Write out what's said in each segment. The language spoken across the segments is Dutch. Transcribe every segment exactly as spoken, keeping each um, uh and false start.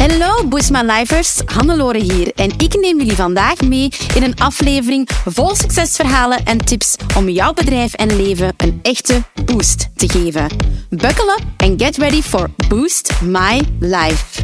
Hallo Boostma-lifers, Hannelore hier en ik neem jullie vandaag mee in een aflevering vol succesverhalen en tips om jouw bedrijf en leven een echte boost te geven. Buckle up and get ready for Boost My Life.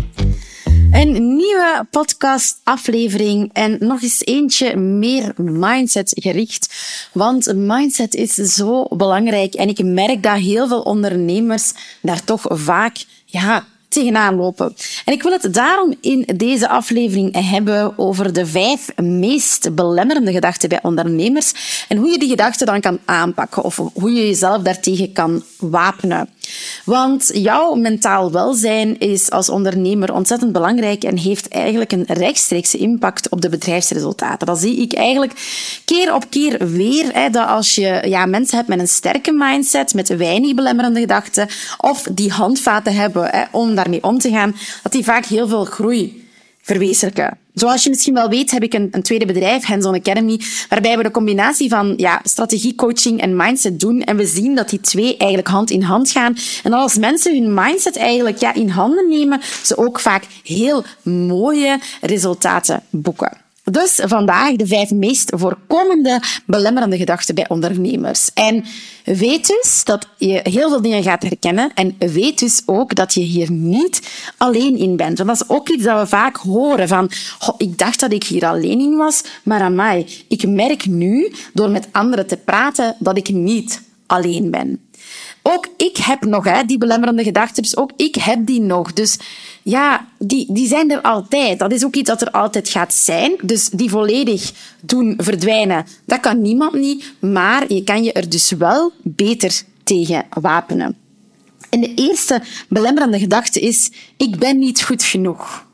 Een nieuwe podcast-aflevering en nog eens eentje meer mindset gericht. Want mindset is zo belangrijk en ik merk dat heel veel ondernemers daar toch vaak ja, tegenaan lopen. En ik wil het daarom in deze aflevering hebben over de vijf meest belemmerende gedachten bij ondernemers en hoe je die gedachten dan kan aanpakken of hoe je jezelf daartegen kan wapenen. Want jouw mentaal welzijn is als ondernemer ontzettend belangrijk en heeft eigenlijk een rechtstreekse impact op de bedrijfsresultaten. Dat zie ik eigenlijk keer op keer weer, hè, dat als je ja, mensen hebt met een sterke mindset, met weinig belemmerende gedachten, of die handvaten hebben hè, om daarmee om te gaan, dat die vaak heel veel groei verwezenlijken. Zoals je misschien wel weet, heb ik een, een tweede bedrijf, Hands-on Academy, waarbij we de combinatie van ja, strategiecoaching en mindset doen. En we zien dat die twee eigenlijk hand in hand gaan. En als mensen hun mindset eigenlijk ja, in handen nemen, ze ook vaak heel mooie resultaten boeken. Dus vandaag de vijf meest voorkomende belemmerende gedachten bij ondernemers. En weet dus dat je heel veel dingen gaat herkennen en weet dus ook dat je hier niet alleen in bent. Want dat is ook iets dat we vaak horen van oh, ik dacht dat ik hier alleen in was, maar amai, ik merk nu door met anderen te praten dat ik niet alleen ben. Ook ik heb nog hè, die belemmerende gedachten, dus ook ik heb die nog. Dus ja, die, die zijn er altijd. Dat is ook iets dat er altijd gaat zijn. Dus die volledig doen verdwijnen, dat kan niemand niet. Maar je kan je er dus wel beter tegen wapenen. En de eerste belemmerende gedachte is, ik ben niet goed genoeg.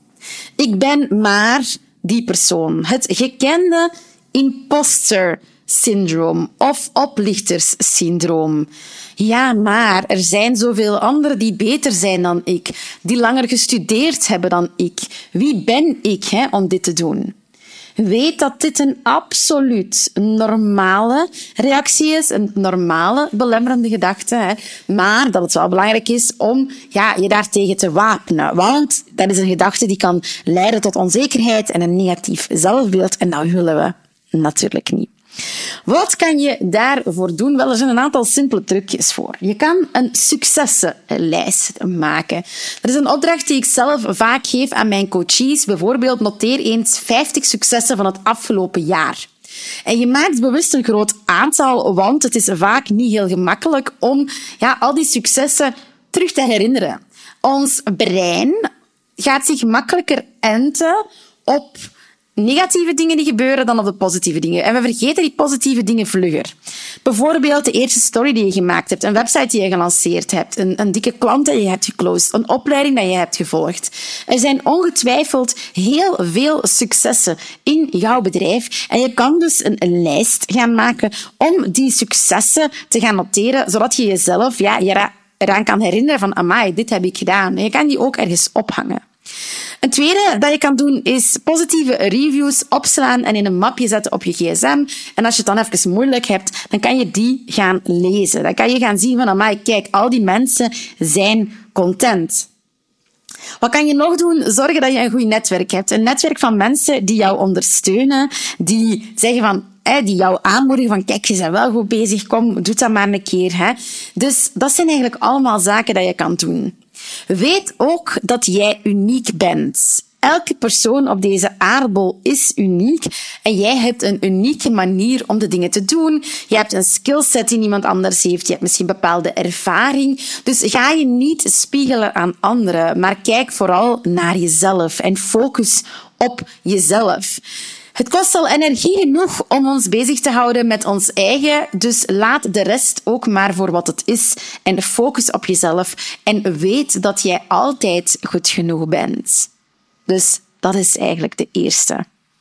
Ik ben maar die persoon. Het gekende imposter syndroom of oplichterssyndroom. Ja, maar er zijn zoveel anderen die beter zijn dan ik, die langer gestudeerd hebben dan ik. Wie ben ik hè, om dit te doen? Weet dat dit een absoluut normale reactie is, een normale belemmerende gedachte, hè, maar dat het wel belangrijk is om ja, je daartegen te wapenen. Want dat is een gedachte die kan leiden tot onzekerheid en een negatief zelfbeeld en dat willen we natuurlijk niet. Wat kan je daarvoor doen? Wel, er zijn een aantal simpele trucjes voor. Je kan een successenlijst maken. Dat is een opdracht die ik zelf vaak geef aan mijn coaches. Bijvoorbeeld, noteer eens vijftig successen van het afgelopen jaar. En je maakt bewust een groot aantal, want het is vaak niet heel gemakkelijk om ja, al die successen terug te herinneren. Ons brein gaat zich makkelijker enten op negatieve dingen die gebeuren dan op de positieve dingen. En we vergeten die positieve dingen vlugger. Bijvoorbeeld de eerste story die je gemaakt hebt, een website die je gelanceerd hebt, een, een dikke klant die je hebt geclosed, een opleiding die je hebt gevolgd. Er zijn ongetwijfeld heel veel successen in jouw bedrijf en je kan dus een, een lijst gaan maken om die successen te gaan noteren, zodat je jezelf ja, je eraan kan herinneren van amai, dit heb ik gedaan. En je kan die ook ergens ophangen. Een tweede dat je kan doen is positieve reviews opslaan en in een mapje zetten op je gsm. En als je het dan even moeilijk hebt, dan kan je die gaan lezen. Dan kan je gaan zien van, amai, kijk, al die mensen zijn content. Wat kan je nog doen? Zorgen dat je een goed netwerk hebt. Een netwerk van mensen die jou ondersteunen, die zeggen van, die jou aanmoedigen van, kijk, je bent wel goed bezig, kom, doe dat maar een keer. Hè. Dus dat zijn eigenlijk allemaal zaken dat je kan doen. Weet ook dat jij uniek bent. Elke persoon op deze aardbol is uniek en jij hebt een unieke manier om de dingen te doen. Je hebt een skillset die niemand anders heeft. Je hebt misschien bepaalde ervaring. Dus ga je niet spiegelen aan anderen, maar kijk vooral naar jezelf en focus op jezelf. Het kost al energie genoeg om ons bezig te houden met ons eigen, dus laat de rest ook maar voor wat het is en focus op jezelf en weet dat jij altijd goed genoeg bent. Dus dat is eigenlijk de eerste.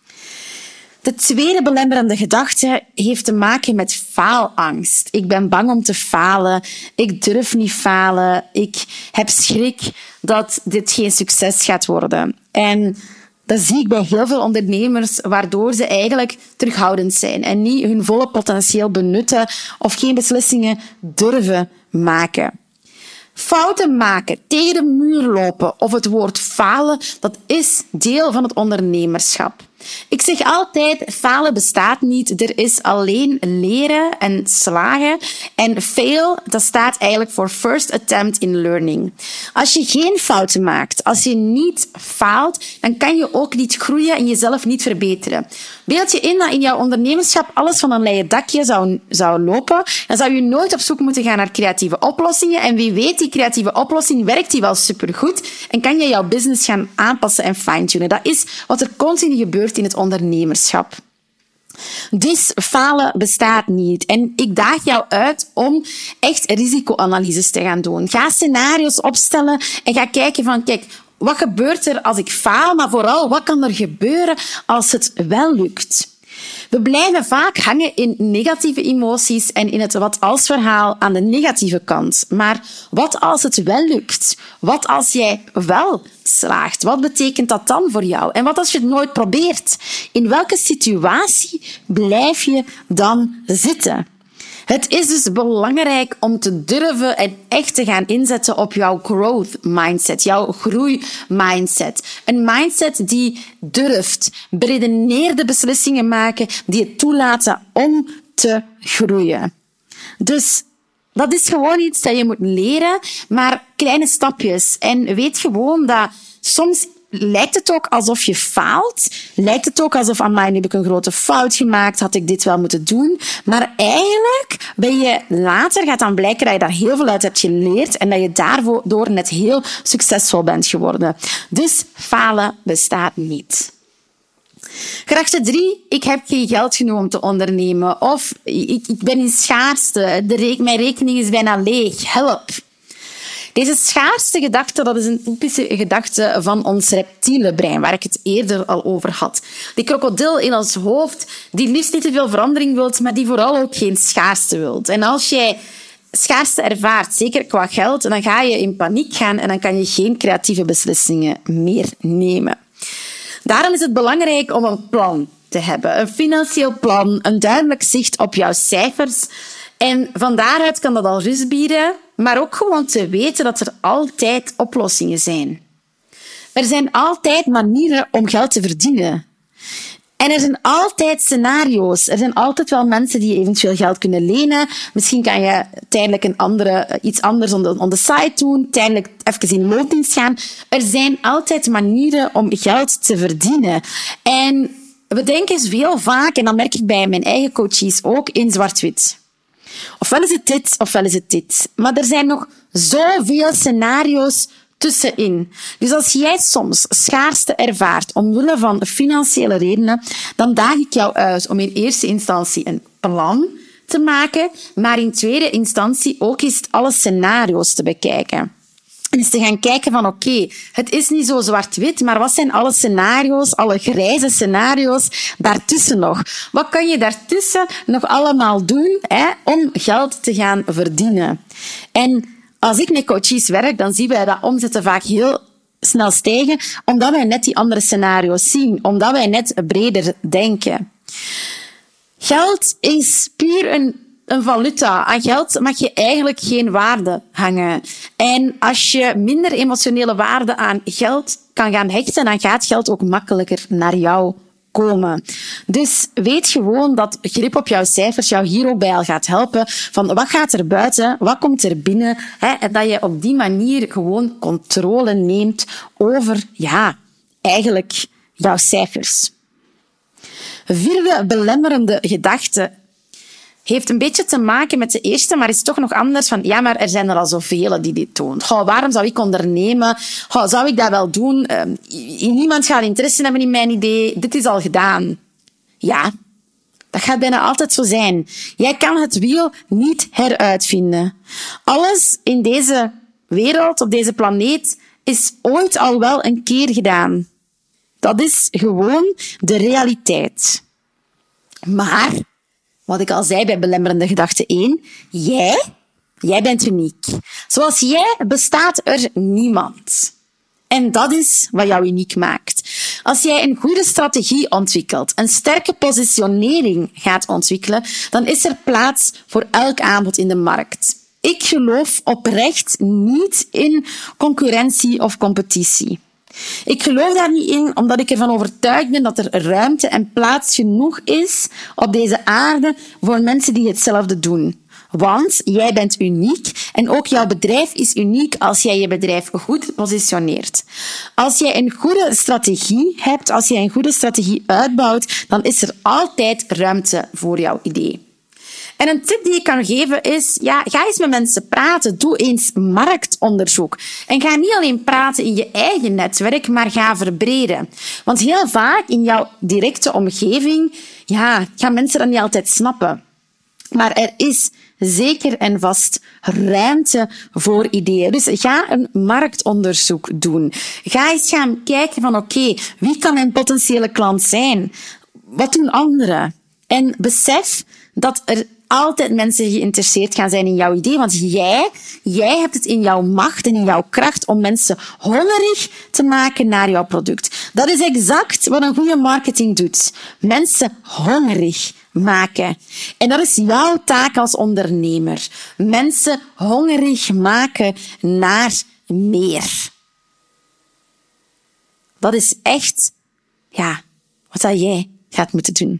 De tweede belemmerende gedachte heeft te maken met faalangst. Ik ben bang om te falen. Ik durf niet falen. Ik heb schrik dat dit geen succes gaat worden. En dat zie ik bij heel veel ondernemers, waardoor ze eigenlijk terughoudend zijn en niet hun volle potentieel benutten of geen beslissingen durven maken. Fouten maken, tegen de muur lopen of het woord falen, dat is deel van het ondernemerschap. Ik zeg altijd, falen bestaat niet. Er is alleen leren en slagen. En fail, dat staat eigenlijk voor first attempt in learning. Als je geen fouten maakt, als je niet faalt, dan kan je ook niet groeien en jezelf niet verbeteren. Beeld je in dat in jouw ondernemerschap alles van een leien dakje zou, zou lopen, dan zou je nooit op zoek moeten gaan naar creatieve oplossingen. En wie weet, die creatieve oplossing werkt die wel supergoed en kan je jouw business gaan aanpassen en fine-tunen. Dat is wat er continu gebeurt in het ondernemerschap. Dus falen bestaat niet. En ik daag jou uit om echt risicoanalyses te gaan doen. Ga scenario's opstellen en ga kijken van, kijk, wat gebeurt er als ik faal? Maar vooral, wat kan er gebeuren als het wel lukt? We blijven vaak hangen in negatieve emoties en in het wat-als verhaal aan de negatieve kant. Maar wat als het wel lukt? Wat als jij wel slaagt? Wat betekent dat dan voor jou? En wat als je het nooit probeert? In welke situatie blijf je dan zitten? Het is dus belangrijk om te durven en echt te gaan inzetten op jouw growth mindset, jouw groeimindset. Een mindset die durft, beredeneerde beslissingen maken die het toelaten om te groeien. Dus dat is gewoon iets dat je moet leren, maar kleine stapjes. En weet gewoon dat soms lijkt het ook alsof je faalt. Lijkt het ook alsof, amai, nu heb ik een grote fout gemaakt, had ik dit wel moeten doen. Maar eigenlijk ben je later, gaat dan blijken dat je daar heel veel uit hebt geleerd en dat je daardoor net heel succesvol bent geworden. Dus falen bestaat niet. Gedachte drie, ik heb geen geld genoeg om te ondernemen. Of ik, ik ben in schaarste, de re- mijn rekening is bijna leeg, help. Deze schaarste gedachte, dat is een typische gedachte van ons reptiele brein, waar ik het eerder al over had. Die krokodil in ons hoofd, die liefst niet te veel verandering wilt, maar die vooral ook geen schaarste wilt. En als jij schaarste ervaart, zeker qua geld, dan ga je in paniek gaan en dan kan je geen creatieve beslissingen meer nemen. Daarom is het belangrijk om een plan te hebben. Een financieel plan, een duidelijk zicht op jouw cijfers. En van daaruit kan dat al rust bieden, maar ook gewoon te weten dat er altijd oplossingen zijn. Er zijn altijd manieren om geld te verdienen. En er zijn altijd scenario's. Er zijn altijd wel mensen die je eventueel geld kunnen lenen. Misschien kan je tijdelijk een andere, iets anders on the, on the side doen, tijdelijk even in loondienst gaan. Er zijn altijd manieren om geld te verdienen. En we denken veel vaak, en dat merk ik bij mijn eigen coaches ook, in zwart-wit. Ofwel is het dit, ofwel is het dit. Maar er zijn nog zoveel scenario's tussenin. Dus als jij soms schaarste ervaart omwille van financiële redenen, dan daag ik jou uit om in eerste instantie een plan te maken, maar in tweede instantie ook eens alle scenario's te bekijken. En eens te gaan kijken van oké, okay, het is niet zo zwart-wit, maar wat zijn alle scenario's, alle grijze scenario's daartussen nog? Wat kan je daartussen nog allemaal doen hè, om geld te gaan verdienen? En als ik met coaches werk, dan zien wij dat omzetten vaak heel snel stijgen, omdat wij net die andere scenario's zien, omdat wij net breder denken. Geld is puur een Een valuta. Aan geld mag je eigenlijk geen waarde hangen. En als je minder emotionele waarde aan geld kan gaan hechten, dan gaat geld ook makkelijker naar jou komen. Dus weet gewoon dat grip op jouw cijfers jou hier ook bij al gaat helpen. Van wat gaat er buiten, wat komt er binnen, hè, en dat je op die manier gewoon controle neemt over, ja, eigenlijk jouw cijfers. Vierde belemmerende gedachte heeft een beetje te maken met de eerste, maar is toch nog anders van, ja, maar er zijn er al zoveel die dit doen. Goh, waarom zou ik ondernemen? Goh, zou ik dat wel doen? Uh, niemand gaat interesse hebben in mijn idee. Dit is al gedaan. Ja, dat gaat bijna altijd zo zijn. Jij kan het wiel niet heruitvinden. Alles in deze wereld, op deze planeet, is ooit al wel een keer gedaan. Dat is gewoon de realiteit. Maar wat ik al zei bij belemmerende gedachte één, jij, jij bent uniek. Zoals jij bestaat er niemand. En dat is wat jou uniek maakt. Als jij een goede strategie ontwikkelt, een sterke positionering gaat ontwikkelen, dan is er plaats voor elk aanbod in de markt. Ik geloof oprecht niet in concurrentie of competitie. Ik geloof daar niet in, omdat ik ervan overtuigd ben dat er ruimte en plaats genoeg is op deze aarde voor mensen die hetzelfde doen. Want jij bent uniek en ook jouw bedrijf is uniek als jij je bedrijf goed positioneert. Als jij een goede strategie hebt, als jij een goede strategie uitbouwt, dan is er altijd ruimte voor jouw idee. En een tip die ik kan geven is, ja, ga eens met mensen praten. Doe eens marktonderzoek. En ga niet alleen praten in je eigen netwerk, maar ga verbreden. Want heel vaak in jouw directe omgeving, ja, gaan mensen dat niet altijd snappen. Maar er is zeker en vast ruimte voor ideeën. Dus ga een marktonderzoek doen. Ga eens gaan kijken van, oké, okay, wie kan een potentiële klant zijn? Wat doen anderen? En besef dat er altijd mensen geïnteresseerd gaan zijn in jouw idee, want jij, jij hebt het in jouw macht en in jouw kracht om mensen hongerig te maken naar jouw product. Dat is exact wat een goede marketing doet. Mensen hongerig maken. En dat is jouw taak als ondernemer. Mensen hongerig maken naar meer. Dat is echt, ja, wat dat jij gaat moeten doen.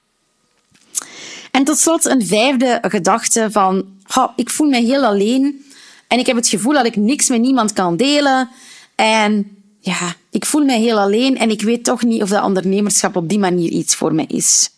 En tot slot een vijfde gedachte van, oh, ik voel me heel alleen en ik heb het gevoel dat ik niks met niemand kan delen. En ja, ik voel me heel alleen en ik weet toch niet of dat ondernemerschap op die manier iets voor mij is.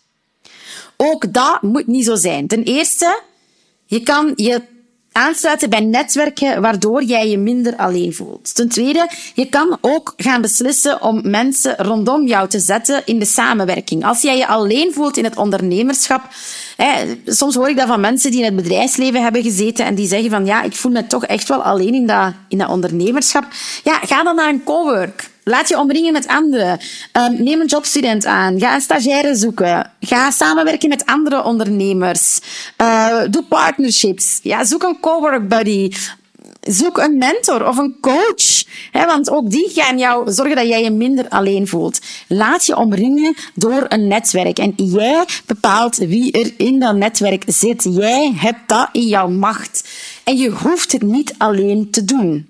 Ook dat moet niet zo zijn. Ten eerste, je kan je aansluiten bij netwerken waardoor jij je minder alleen voelt. Ten tweede, je kan ook gaan beslissen om mensen rondom jou te zetten in de samenwerking. Als jij je alleen voelt in het ondernemerschap, hè, soms hoor ik dat van mensen die in het bedrijfsleven hebben gezeten en die zeggen van ja, ik voel me toch echt wel alleen in dat, in dat ondernemerschap. Ja, ga dan naar een cowork. Laat je omringen met anderen. Um, neem een jobstudent aan. Ga een stagiaire zoeken. Ga samenwerken met andere ondernemers. Uh, doe partnerships. Ja, zoek een cowork buddy. Zoek een mentor of een coach. Hè, want ook die gaan jou zorgen dat jij je minder alleen voelt. Laat je omringen door een netwerk. En jij bepaalt wie er in dat netwerk zit. Jij hebt dat in jouw macht. En je hoeft het niet alleen te doen.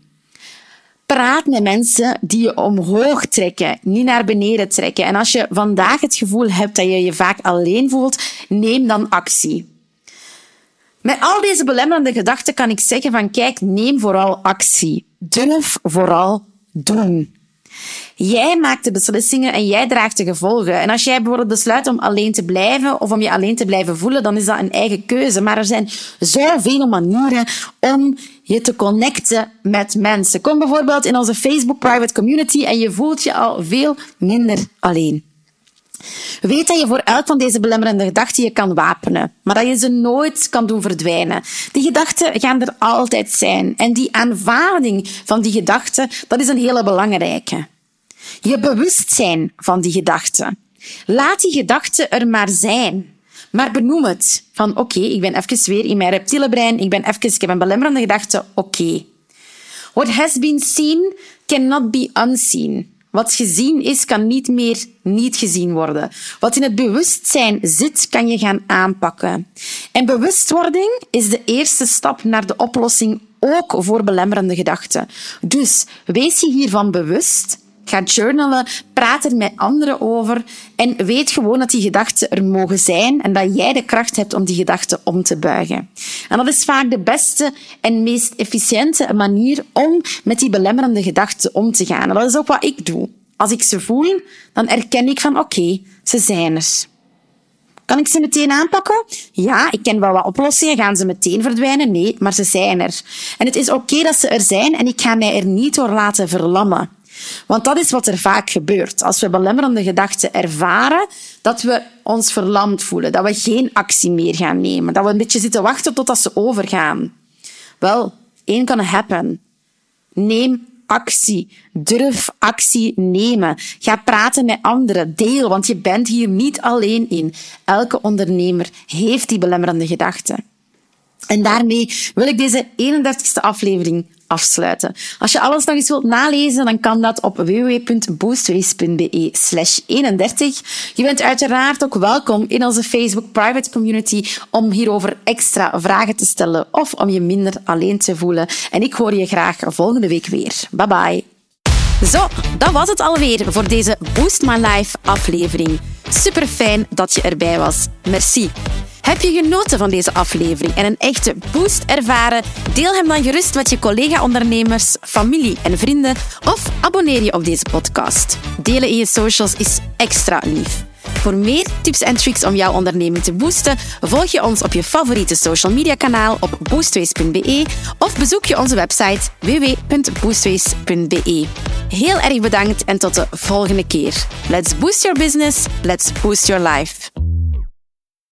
Praat met mensen die je omhoog trekken, niet naar beneden trekken. En als je vandaag het gevoel hebt dat je je vaak alleen voelt, neem dan actie. Met al deze belemmerende gedachten kan ik zeggen van kijk, neem vooral actie. Durf vooral doen. Jij maakt de beslissingen en jij draagt de gevolgen. En als jij bijvoorbeeld besluit om alleen te blijven of om je alleen te blijven voelen, dan is dat een eigen keuze. Maar er zijn zoveel manieren om je te connecten met mensen. Kom bijvoorbeeld in onze Facebook Private Community en je voelt je al veel minder alleen. Weet dat je voor elk van deze belemmerende gedachten je kan wapenen, maar dat je ze nooit kan doen verdwijnen. Die gedachten gaan er altijd zijn. En die aanvaarding van die gedachten, dat is een hele belangrijke. Je bewustzijn van die gedachten. Laat die gedachten er maar zijn. Maar benoem het. Van oké, okay, ik ben even weer in mijn reptiele brein, ik ben even, ik heb een belemmerende gedachte, oké. Okay. What has been seen cannot be unseen. Wat gezien is, kan niet meer niet gezien worden. Wat in het bewustzijn zit, kan je gaan aanpakken. En bewustwording is de eerste stap naar de oplossing, ook voor belemmerende gedachten. Dus wees je hiervan bewust. Ga journalen, praat er met anderen over en weet gewoon dat die gedachten er mogen zijn en dat jij de kracht hebt om die gedachten om te buigen. En dat is vaak de beste en meest efficiënte manier om met die belemmerende gedachten om te gaan. En dat is ook wat ik doe. Als ik ze voel, dan erken ik van oké, okay, ze zijn er. Kan ik ze meteen aanpakken? Ja, ik ken wel wat oplossingen. Gaan ze meteen verdwijnen? Nee, maar ze zijn er. En het is oké okay dat ze er zijn en ik ga mij er niet door laten verlammen. Want dat is wat er vaak gebeurt. Als we belemmerende gedachten ervaren, dat we ons verlamd voelen, dat we geen actie meer gaan nemen, dat we een beetje zitten wachten totdat ze overgaan. Wel, één kan happen. Neem actie. Durf actie nemen. Ga praten met anderen. Deel, want je bent hier niet alleen in. Elke ondernemer heeft die belemmerende gedachten. En daarmee wil ik deze eenendertigste aflevering afsluiten. Als je alles nog eens wilt nalezen, dan kan dat op w w w punt boostways punt b e slash eenendertig. Je bent uiteraard ook welkom in onze Facebook Private Community om hierover extra vragen te stellen of om je minder alleen te voelen. En ik hoor je graag volgende week weer. Bye bye. Zo, dat was het alweer voor deze Boost My Life aflevering. Super fijn dat je erbij was. Merci. Heb je genoten van deze aflevering en een echte boost ervaren? Deel hem dan gerust met je collega-ondernemers, familie en vrienden of abonneer je op deze podcast. Delen in je socials is extra lief. Voor meer tips en tricks om jouw onderneming te boosten, volg je ons op je favoriete social media kanaal op boostways punt b e of bezoek je onze website w w w punt boostways punt b e. Heel erg bedankt en tot de volgende keer. Let's boost your business, let's boost your life.